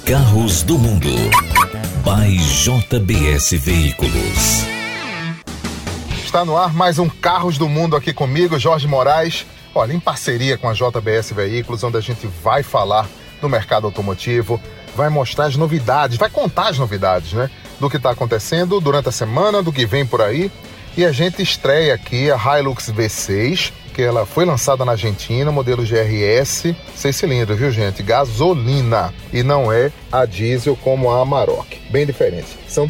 Carros do Mundo, by JBS Veículos. Está no ar mais um Carros do Mundo aqui comigo, Jorge Moraes. Olha, em parceria com a JBS Veículos, onde a gente vai falar do mercado automotivo, vai mostrar as novidades, vai contar as novidades, né? Do que está acontecendo durante a semana, do que vem por aí. E a gente estreia aqui a Hilux V6, que ela foi lançada na Argentina, modelo GRS, 6 cilindros, viu gente? Gasolina, e não é a diesel como a Amarok, bem diferente. São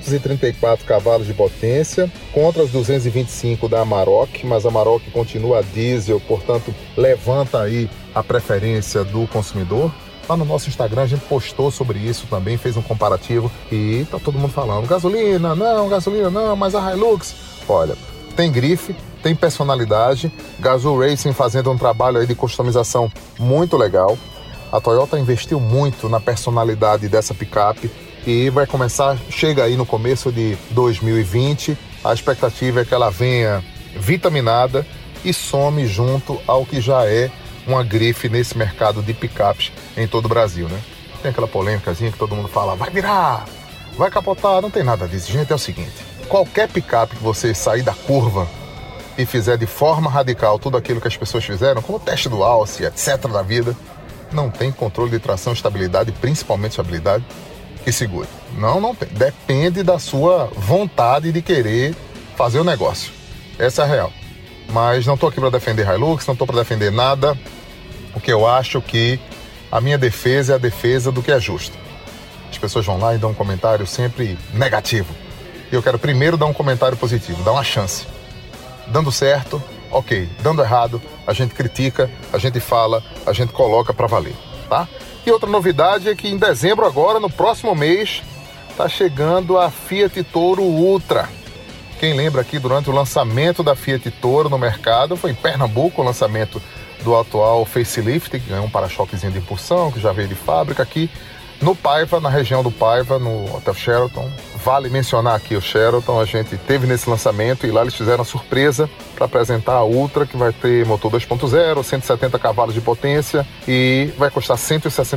234 cavalos de potência contra os 225 da Amarok, mas a Amarok continua a diesel, portanto levanta aí a preferência do consumidor. Lá no nosso Instagram a gente postou sobre isso também, fez um comparativo e tá todo mundo falando gasolina não, mas a Hilux, olha, tem grife, tem personalidade. Gazoo Racing fazendo um trabalho aí de customização muito legal. A Toyota investiu muito na personalidade dessa picape e vai começar, chega aí no começo de 2020. A expectativa é que ela venha vitaminada e some junto ao que já é uma grife nesse mercado de picapes em todo o Brasil, né? Tem aquela polêmicazinha que todo mundo fala, vai virar, vai capotar, não tem nada disso. Gente, é o seguinte, qualquer picape que você sair da curva e fizer de forma radical tudo aquilo que as pessoas fizeram, como o teste do Alce, etc. da vida, não tem controle de tração, estabilidade, principalmente estabilidade, que segure. Não tem. Depende da sua vontade de querer fazer o negócio. Essa é a real. Mas não estou aqui para defender Hilux, não estou para defender nada, porque eu acho que a minha defesa é a defesa do que é justo. As pessoas vão lá e dão um comentário sempre negativo. E eu quero primeiro dar um comentário positivo, dar uma chance. Dando certo, ok. Dando errado, a gente critica, a gente fala, a gente coloca para valer, tá? E outra novidade é que em dezembro agora, no próximo mês, está chegando a Fiat Toro Ultra. Quem lembra aqui, durante o lançamento da Fiat Toro no mercado, foi em Pernambuco o lançamento do atual facelift, que ganhou um para-choquezinho de impulsão, que já veio de fábrica aqui no Paiva, na região do Paiva, no Hotel Sheraton. Vale mencionar aqui o Sheraton, a gente teve nesse lançamento e lá eles fizeram a surpresa para apresentar a Ultra, que vai ter motor 2.0, 170 cavalos de potência e vai custar R$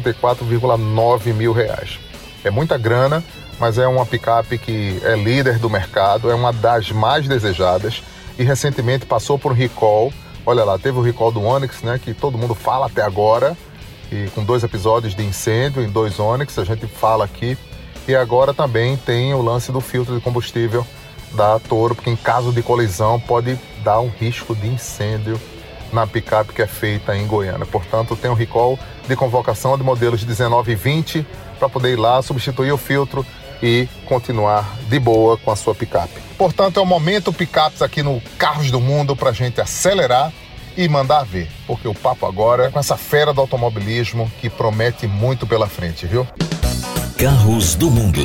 164,9 mil. É muita grana, mas é uma picape que é líder do mercado, é uma das mais desejadas e recentemente passou por recall. Olha lá, teve o recall do Onix, né, que todo mundo fala até agora, e com 2 episódios de incêndio em 2 Onix, a gente fala aqui. E agora também tem o lance do filtro de combustível da Toro, porque em caso de colisão pode dar um risco de incêndio na picape que é feita em Goiânia. Portanto, tem um recall de convocação de modelos de 19 e 20 para poder ir lá, substituir o filtro e continuar de boa com a sua picape. Portanto, é o momento picapes aqui no Carros do Mundo para a gente acelerar e mandar ver, porque o papo agora é com essa fera do automobilismo que promete muito pela frente, viu? Carros do Mundo,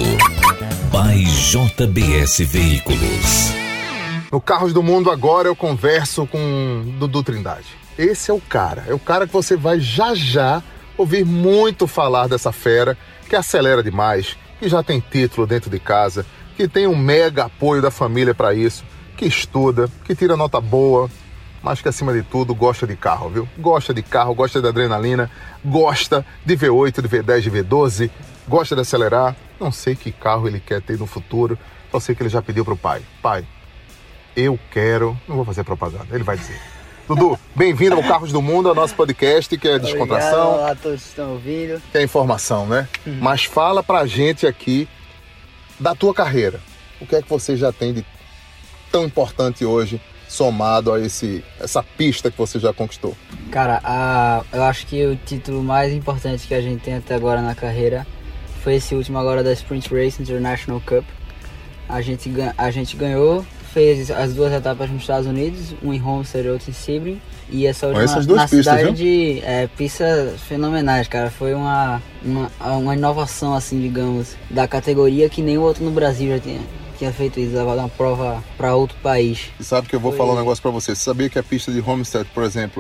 by JBS Veículos. No Carros do Mundo agora eu converso com Dudu Trindade. Esse é o cara que você vai já ouvir muito falar dessa fera, que acelera demais, que já tem título dentro de casa, que tem um mega apoio da família para isso, que estuda, que tira nota boa, mas que acima de tudo gosta de carro, viu? Gosta de carro, gosta de adrenalina, gosta de V8, de V10, de V12, gosta de acelerar. Não sei que carro ele quer ter no futuro, só sei que ele já pediu pro pai. Pai, eu quero... Não vou fazer propaganda, ele vai dizer. Dudu, bem-vindo ao Carros do Mundo, ao nosso podcast, que é descontração. Obrigado, olá a todos que estão ouvindo. Que é informação, né? Mas fala pra gente aqui da tua carreira. O que é que você já tem de tão importante hoje, somado a essa pista que você já conquistou? Cara, eu acho que o título mais importante que a gente tem até agora na carreira foi esse último agora da Sprint Race International Cup. A gente ganhou, fez as 2 etapas nos Estados Unidos, um em Homestead e outro em Sebring. E essa última na cidade de pistas fenomenais, cara. Foi uma inovação, assim, digamos, da categoria que nenhum outro no Brasil já tinha feito isso, levar uma prova para outro país. E sabe que eu vou falar um negócio para você. Você sabia que a pista de Homestead, por exemplo,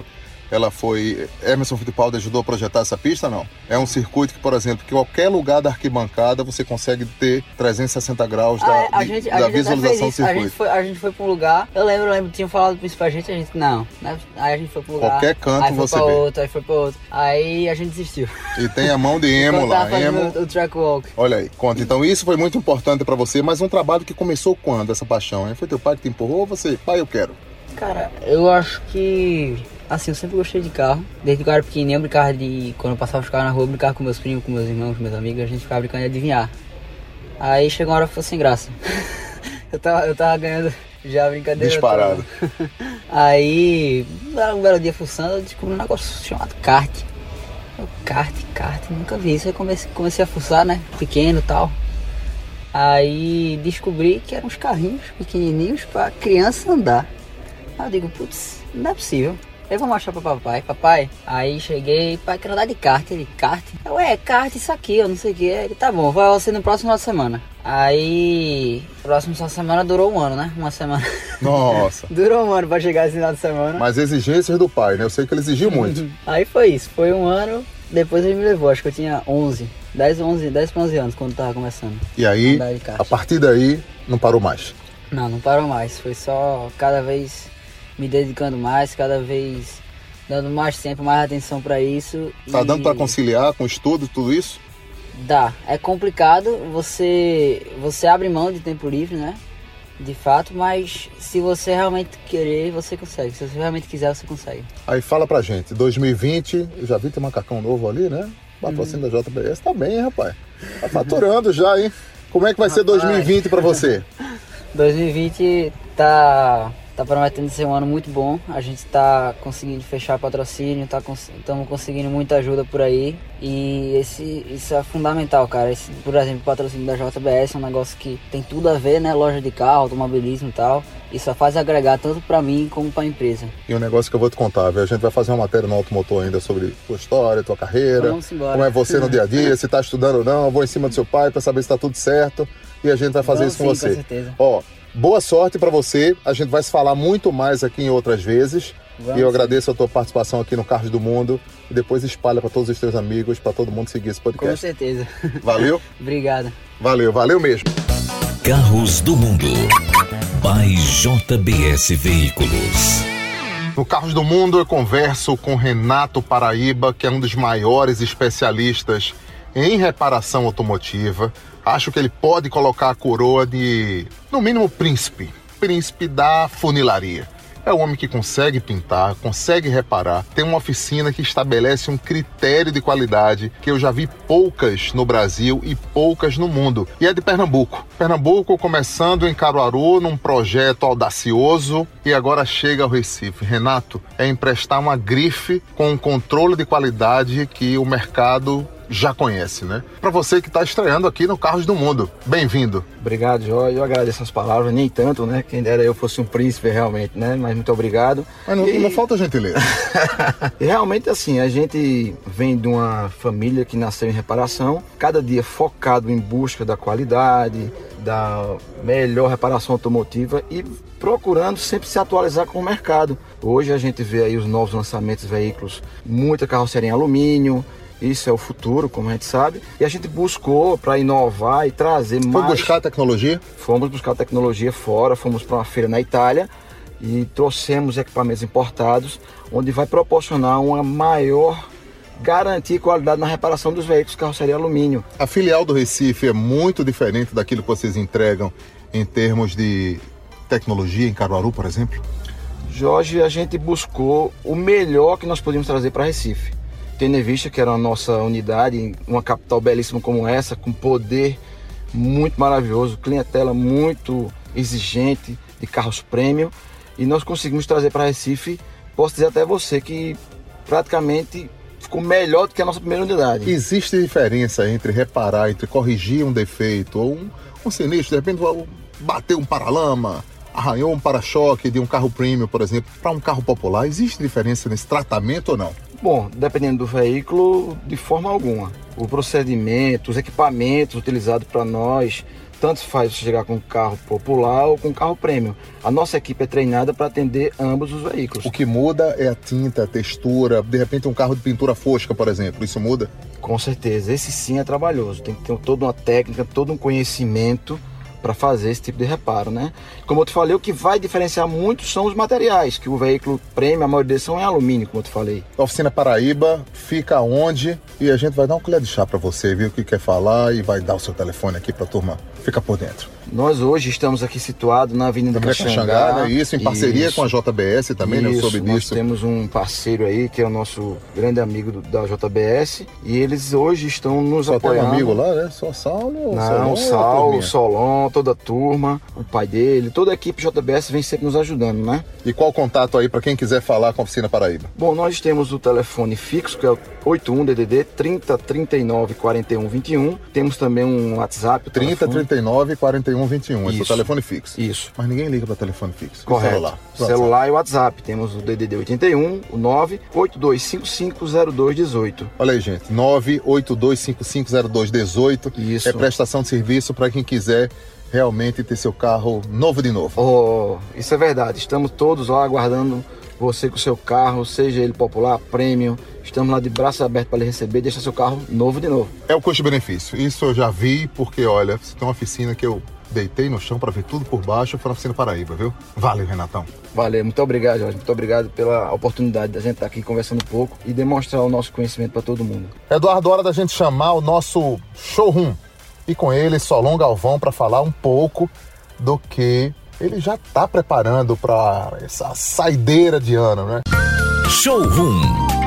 Emerson Fittipaldi ajudou a projetar essa pista, não? É um circuito que, por exemplo, que qualquer lugar da arquibancada você consegue ter 360 graus da visualização do circuito. A gente foi pra um lugar, eu lembro, tinham falado isso pra gente, não. Aí a gente foi pra um lugar. Qualquer canto você vê. Aí foi pra outro. Aí a gente desistiu. E tem a mão de Emo lá. O track walk. Olha aí, conta. Então isso foi muito importante pra você, mas um trabalho que começou quando, essa paixão, hein? Foi teu pai que te empurrou ou você? Pai, eu quero. Cara, eu acho que... Assim, eu sempre gostei de carro. Desde que eu era pequenininho, eu brincava quando eu passava os carros na rua, eu brincava com meus primos, com meus irmãos, com meus amigos. A gente ficava brincando de adivinhar. Aí chegou uma hora que ficou sem graça. eu tava ganhando já a brincadeira. Disparado. Aí, um belo dia fuçando, eu descobri um negócio chamado kart. Kart, nunca vi isso. Aí comecei a fuçar, né? Pequeno e tal. Aí descobri que eram uns carrinhos pequenininhos pra criança andar. Aí eu digo, putz, não é possível. Eu vou mostrar pra papai. Aí cheguei, pai, quero andar de kart. Ele, kart? Eu, kart, isso aqui, eu não sei o que. Ele, tá bom, vai ser no próximo final de semana. Aí, próximo final de semana durou um ano, né? Uma semana. Nossa. Durou um ano pra chegar esse final de semana. Mas exigências do pai, né? Eu sei que ele exigiu muito. Aí foi isso, foi um ano, depois ele me levou, acho que eu tinha 10 para 11 anos quando tava começando. E aí, a partir daí, não parou mais? Não parou mais, foi só cada vez me dedicando mais, cada vez dando mais tempo, mais atenção para isso. Tá dando para conciliar com estudo, tudo isso? Dá, é complicado, você abre mão de tempo livre, né? De fato, mas se você realmente querer, você consegue. Se você realmente quiser, você consegue. Aí fala pra gente, 2020, eu já vi ter macacão novo ali, né? Patrocínio da JBS, tá bem, hein, rapaz? Tá faturando já, hein? Como é que vai ser 2020 pra você? 2020 tá prometendo ser um ano muito bom. A gente tá conseguindo fechar patrocínio, estamos conseguindo muita ajuda por aí. E isso é fundamental, cara. Por exemplo, o patrocínio da JBS é um negócio que tem tudo a ver, né? Loja de carro, automobilismo e tal. E só faz agregar tanto pra mim como pra empresa. E um negócio que eu vou te contar, viu? A gente vai fazer uma matéria no Automotor ainda sobre tua história, tua carreira. Vamos embora. Como é você no dia a dia, se tá estudando ou não. Eu vou em cima do seu pai pra saber se tá tudo certo. E a gente vai fazer isso com você. Com certeza. Ó, boa sorte pra você. A gente vai se falar muito mais aqui em outras vezes. E eu agradeço a tua participação aqui no Carros do Mundo. E depois espalha pra todos os teus amigos, pra todo mundo seguir esse podcast. Com certeza. Valeu? Obrigado. Valeu mesmo. Carros do Mundo, by JBS Veículos. No Carros do Mundo eu converso com Renato Paraíba, que é um dos maiores especialistas em reparação automotiva. Acho que ele pode colocar a coroa de, no mínimo, príncipe da funilaria. É o homem que consegue pintar, consegue reparar, tem uma oficina que estabelece um critério de qualidade que eu já vi poucas no Brasil e poucas no mundo. E é de Pernambuco. Pernambuco começando em Caruaru num projeto audacioso e agora chega ao Recife. Renato, é emprestar uma grife com um controle de qualidade que o mercado já conhece, né? Para você que está estreando aqui no Carros do Mundo, bem-vindo. Obrigado, Jorge. Eu agradeço as palavras, nem tanto, né? Quem dera eu fosse um príncipe realmente, né? Mas muito obrigado. Mas não falta gentileza. E realmente, assim, a gente vem de uma família que nasceu em reparação, cada dia focado em busca da qualidade, da melhor reparação automotiva e procurando sempre se atualizar com o mercado. Hoje a gente vê aí os novos lançamentos de veículos, muita carroceria em alumínio. Isso é o futuro, como a gente sabe. E a gente buscou para inovar e trazer mais... Foi buscar tecnologia? Fomos buscar tecnologia fora, fomos para uma feira na Itália e trouxemos equipamentos importados, onde vai proporcionar uma maior garantia e qualidade na reparação dos veículos carroceria alumínio. A filial do Recife é muito diferente daquilo que vocês entregam em termos de tecnologia em Caruaru, por exemplo? Jorge, a gente buscou o melhor que nós podíamos trazer para Recife. Tendo em vista que era a nossa unidade, uma capital belíssima como essa, com poder muito maravilhoso, clientela muito exigente de carros premium, e nós conseguimos trazer para Recife, posso dizer até você, que praticamente ficou melhor do que a nossa primeira unidade. Existe diferença entre reparar, entre corrigir um defeito ou um sinistro, de repente bateu um paralama, arranhou um para-choque de um carro premium, por exemplo, para um carro popular, existe diferença nesse tratamento ou não? Bom, dependendo do veículo, de forma alguma. O procedimento, os equipamentos utilizados para nós tanto faz chegar com um carro popular ou com um carro premium. A nossa equipe é treinada para atender ambos os veículos. O que muda é a tinta, a textura, de repente um carro de pintura fosca, por exemplo, isso muda? Com certeza, esse sim é trabalhoso, tem que ter toda uma técnica, todo um conhecimento para fazer esse tipo de reparo, né? Como eu te falei, o que vai diferenciar muito são os materiais, que o veículo premium, a maioria deles são em alumínio, como eu te falei. A Oficina Paraíba fica onde? E a gente vai dar uma colher de chá para você, viu, o que quer falar, e vai dar o seu telefone aqui para a turma. Fica por dentro. Nós hoje estamos aqui situados na Avenida Caxangá, né? Isso, em parceria com a JBS também, né? Eu soube disso. Nós temos um parceiro aí, que é o nosso grande amigo da JBS, e eles hoje estão nos apoiando. Só tem um amigo lá, né? Só Saulo? Não, Saulo, Solon, toda a turma, o pai dele, toda a equipe JBS vem sempre nos ajudando, né? E qual o contato aí para quem quiser falar com a Oficina Paraíba? Bom, nós temos o telefone fixo, que é o 81-DDD 3039 41 21. Temos também um WhatsApp. 3039 41 21. Esse é o telefone fixo. Isso. Mas ninguém liga para telefone fixo. Correto. Celular e WhatsApp. Temos o DDD 81, o 982550218. Olha aí, gente. 982550218. Isso. É prestação de serviço para quem quiser realmente ter seu carro novo de novo. Oh, isso é verdade. Estamos todos lá aguardando você com o seu carro, seja ele popular, premium. Estamos lá de braços abertos para lhe receber e deixar seu carro novo de novo. É o custo-benefício. Isso eu já vi, porque, olha, tem uma oficina que eu deitei no chão para ver tudo por baixo, foi na Oficina Paraíba, viu? Valeu, Renatão. Valeu, muito obrigado, Jorge. Muito obrigado pela oportunidade da gente estar aqui conversando um pouco e demonstrar o nosso conhecimento para todo mundo. Eduardo, hora da gente chamar o nosso showroom. E com ele, Solon Galvão, para falar um pouco do que ele já está preparando para essa saideira de ano, né? Showroom.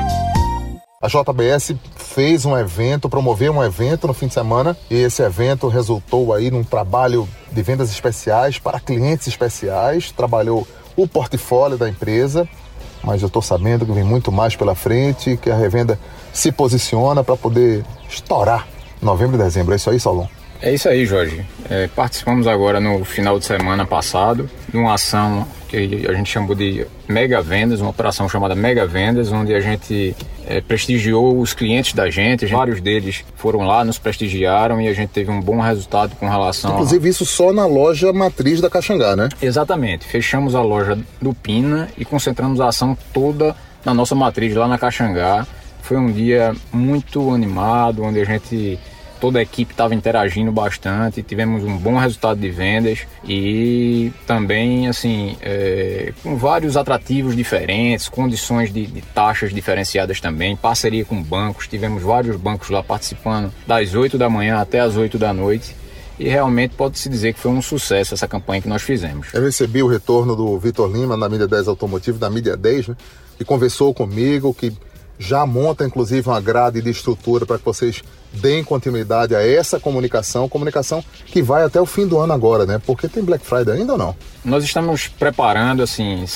A JBS fez um evento, promoveu um evento no fim de semana, e esse evento resultou aí num trabalho de vendas especiais para clientes especiais, trabalhou o portfólio da empresa, mas eu estou sabendo que vem muito mais pela frente, que a revenda se posiciona para poder estourar novembro e dezembro. É isso aí, Solon? É isso aí, Jorge. Participamos agora no final de semana passado de uma ação que a gente chamou de Mega Vendas, uma operação chamada Mega Vendas, onde a gente prestigiou os clientes da gente. Vários deles foram lá, nos prestigiaram e a gente teve um bom resultado com relação... Inclusive isso só na loja matriz da Caxangá, né? Exatamente. Fechamos a loja do Pina e concentramos a ação toda na nossa matriz lá na Caxangá. Foi um dia muito animado, onde a gente... Toda a equipe estava interagindo bastante, tivemos um bom resultado de vendas e também, assim, com vários atrativos diferentes, condições de taxas diferenciadas também, parceria com bancos, tivemos vários bancos lá participando das 8 da manhã até as 8 da noite e realmente pode-se dizer que foi um sucesso essa campanha que nós fizemos. Eu recebi o retorno do Vitor Lima na Mídia 10 Automotivo, da Mídia 10, né, que conversou comigo, que já monta inclusive uma grade de estrutura para que vocês deem continuidade a essa comunicação que vai até o fim do ano agora, né? Porque tem Black Friday ainda ou não? Nós estamos preparando, assim,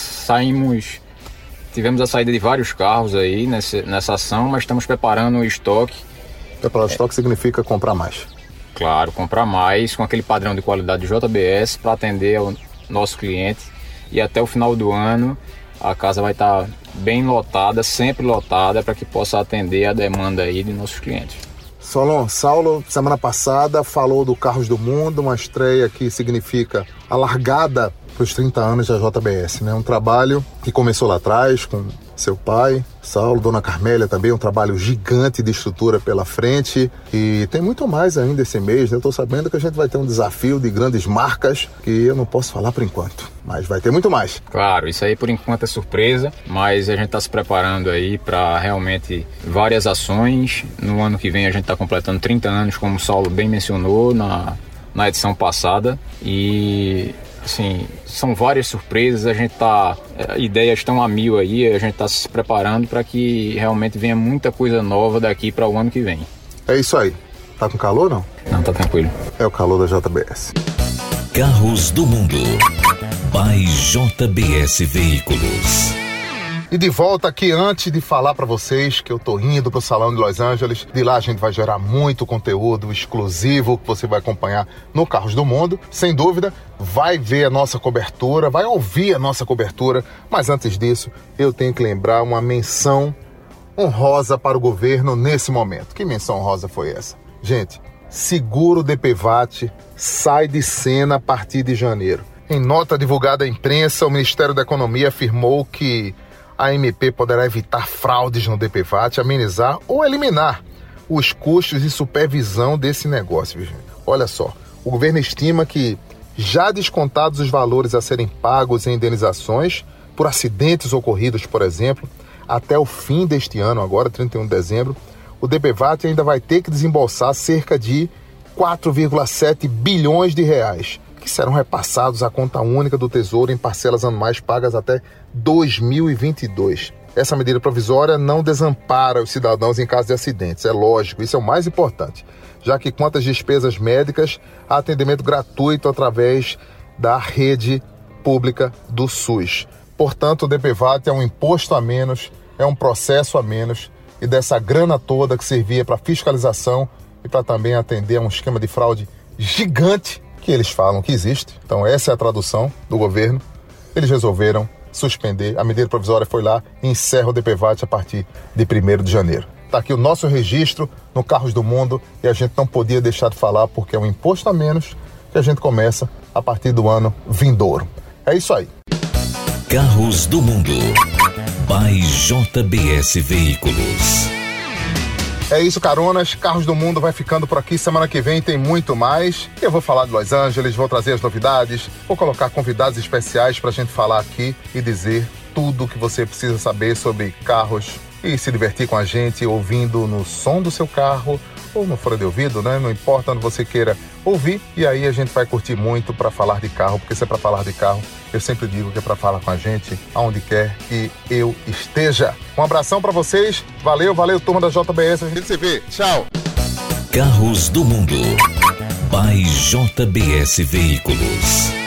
tivemos a saída de vários carros aí nessa ação, mas estamos preparando o estoque. Preparar o estoque significa comprar mais. Claro, comprar mais com aquele padrão de qualidade de JBS para atender ao nosso cliente e até o final do ano a casa vai estar bem lotada, sempre lotada, para que possa atender a demanda aí de nossos clientes. Solon, Saulo, semana passada falou do Carros do Mundo, uma estreia que significa a largada para os 30 anos da JBS, né? Um trabalho que começou lá atrás com seu pai, Saulo, Dona Carmélia também, um trabalho gigante de estrutura pela frente e tem muito mais ainda esse mês, né? Eu tô sabendo que a gente vai ter um desafio de grandes marcas que eu não posso falar por enquanto, mas vai ter muito mais. Claro, isso aí por enquanto é surpresa, mas a gente tá se preparando aí para realmente várias ações. No ano que vem a gente tá completando 30 anos, como o Saulo bem mencionou na edição passada e... Assim, são várias surpresas, ideias estão a mil aí, a gente está se preparando para que realmente venha muita coisa nova daqui para o ano que vem. É isso aí. Tá com calor não? Não, tá tranquilo. É o calor da JBS. Carros do Mundo, by JBS Veículos. E de volta aqui, antes de falar para vocês que eu tô indo pro Salão de Los Angeles. De lá a gente vai gerar muito conteúdo exclusivo que você vai acompanhar no Carros do Mundo. Sem dúvida, vai ver a nossa cobertura, vai ouvir a nossa cobertura. Mas antes disso, eu tenho que lembrar uma menção honrosa para o governo nesse momento. Que menção honrosa foi essa? Gente, seguro DPVAT sai de cena a partir de janeiro. Em nota divulgada à imprensa, o Ministério da Economia afirmou que a MP poderá evitar fraudes no DPVAT, amenizar ou eliminar os custos de supervisão desse negócio. Olha só, o governo estima que, já descontados os valores a serem pagos em indenizações por acidentes ocorridos, por exemplo, até o fim deste ano, agora 31 de dezembro, o DPVAT ainda vai ter que desembolsar cerca de 4,7 bilhões de reais, que serão repassados à conta única do Tesouro em parcelas anuais pagas até 2022. Essa medida provisória não desampara os cidadãos em caso de acidentes, é lógico, isso é o mais importante, já que quanto às despesas médicas, há atendimento gratuito através da rede pública do SUS. Portanto, o DPVAT é um imposto a menos, é um processo a menos, e dessa grana toda que servia para fiscalização e para também atender a um esquema de fraude gigante que eles falam que existe. Então essa é a tradução do governo. Eles resolveram suspender. A medida provisória foi lá e encerra o DPVAT a partir de 1º de janeiro. Está aqui o nosso registro no Carros do Mundo e a gente não podia deixar de falar porque é um imposto a menos que a gente começa a partir do ano vindouro. É isso aí. Carros do Mundo, by JBS Veículos. É isso, caronas. Carros do Mundo vai ficando por aqui. Semana que vem tem muito mais. Eu vou falar de Los Angeles, vou trazer as novidades, vou colocar convidados especiais para a gente falar aqui e dizer tudo o que você precisa saber sobre carros e se divertir com a gente ouvindo no som do seu carro ou no fone de ouvido, né? Não importa onde você queira ouvir. E aí a gente vai curtir muito para falar de carro, porque se é para falar de carro, eu sempre digo que é para falar com a gente aonde quer que eu esteja. Um abração para vocês. Valeu, turma da JBS. A gente se vê. Tchau. Carros do Mundo, by JBS Veículos.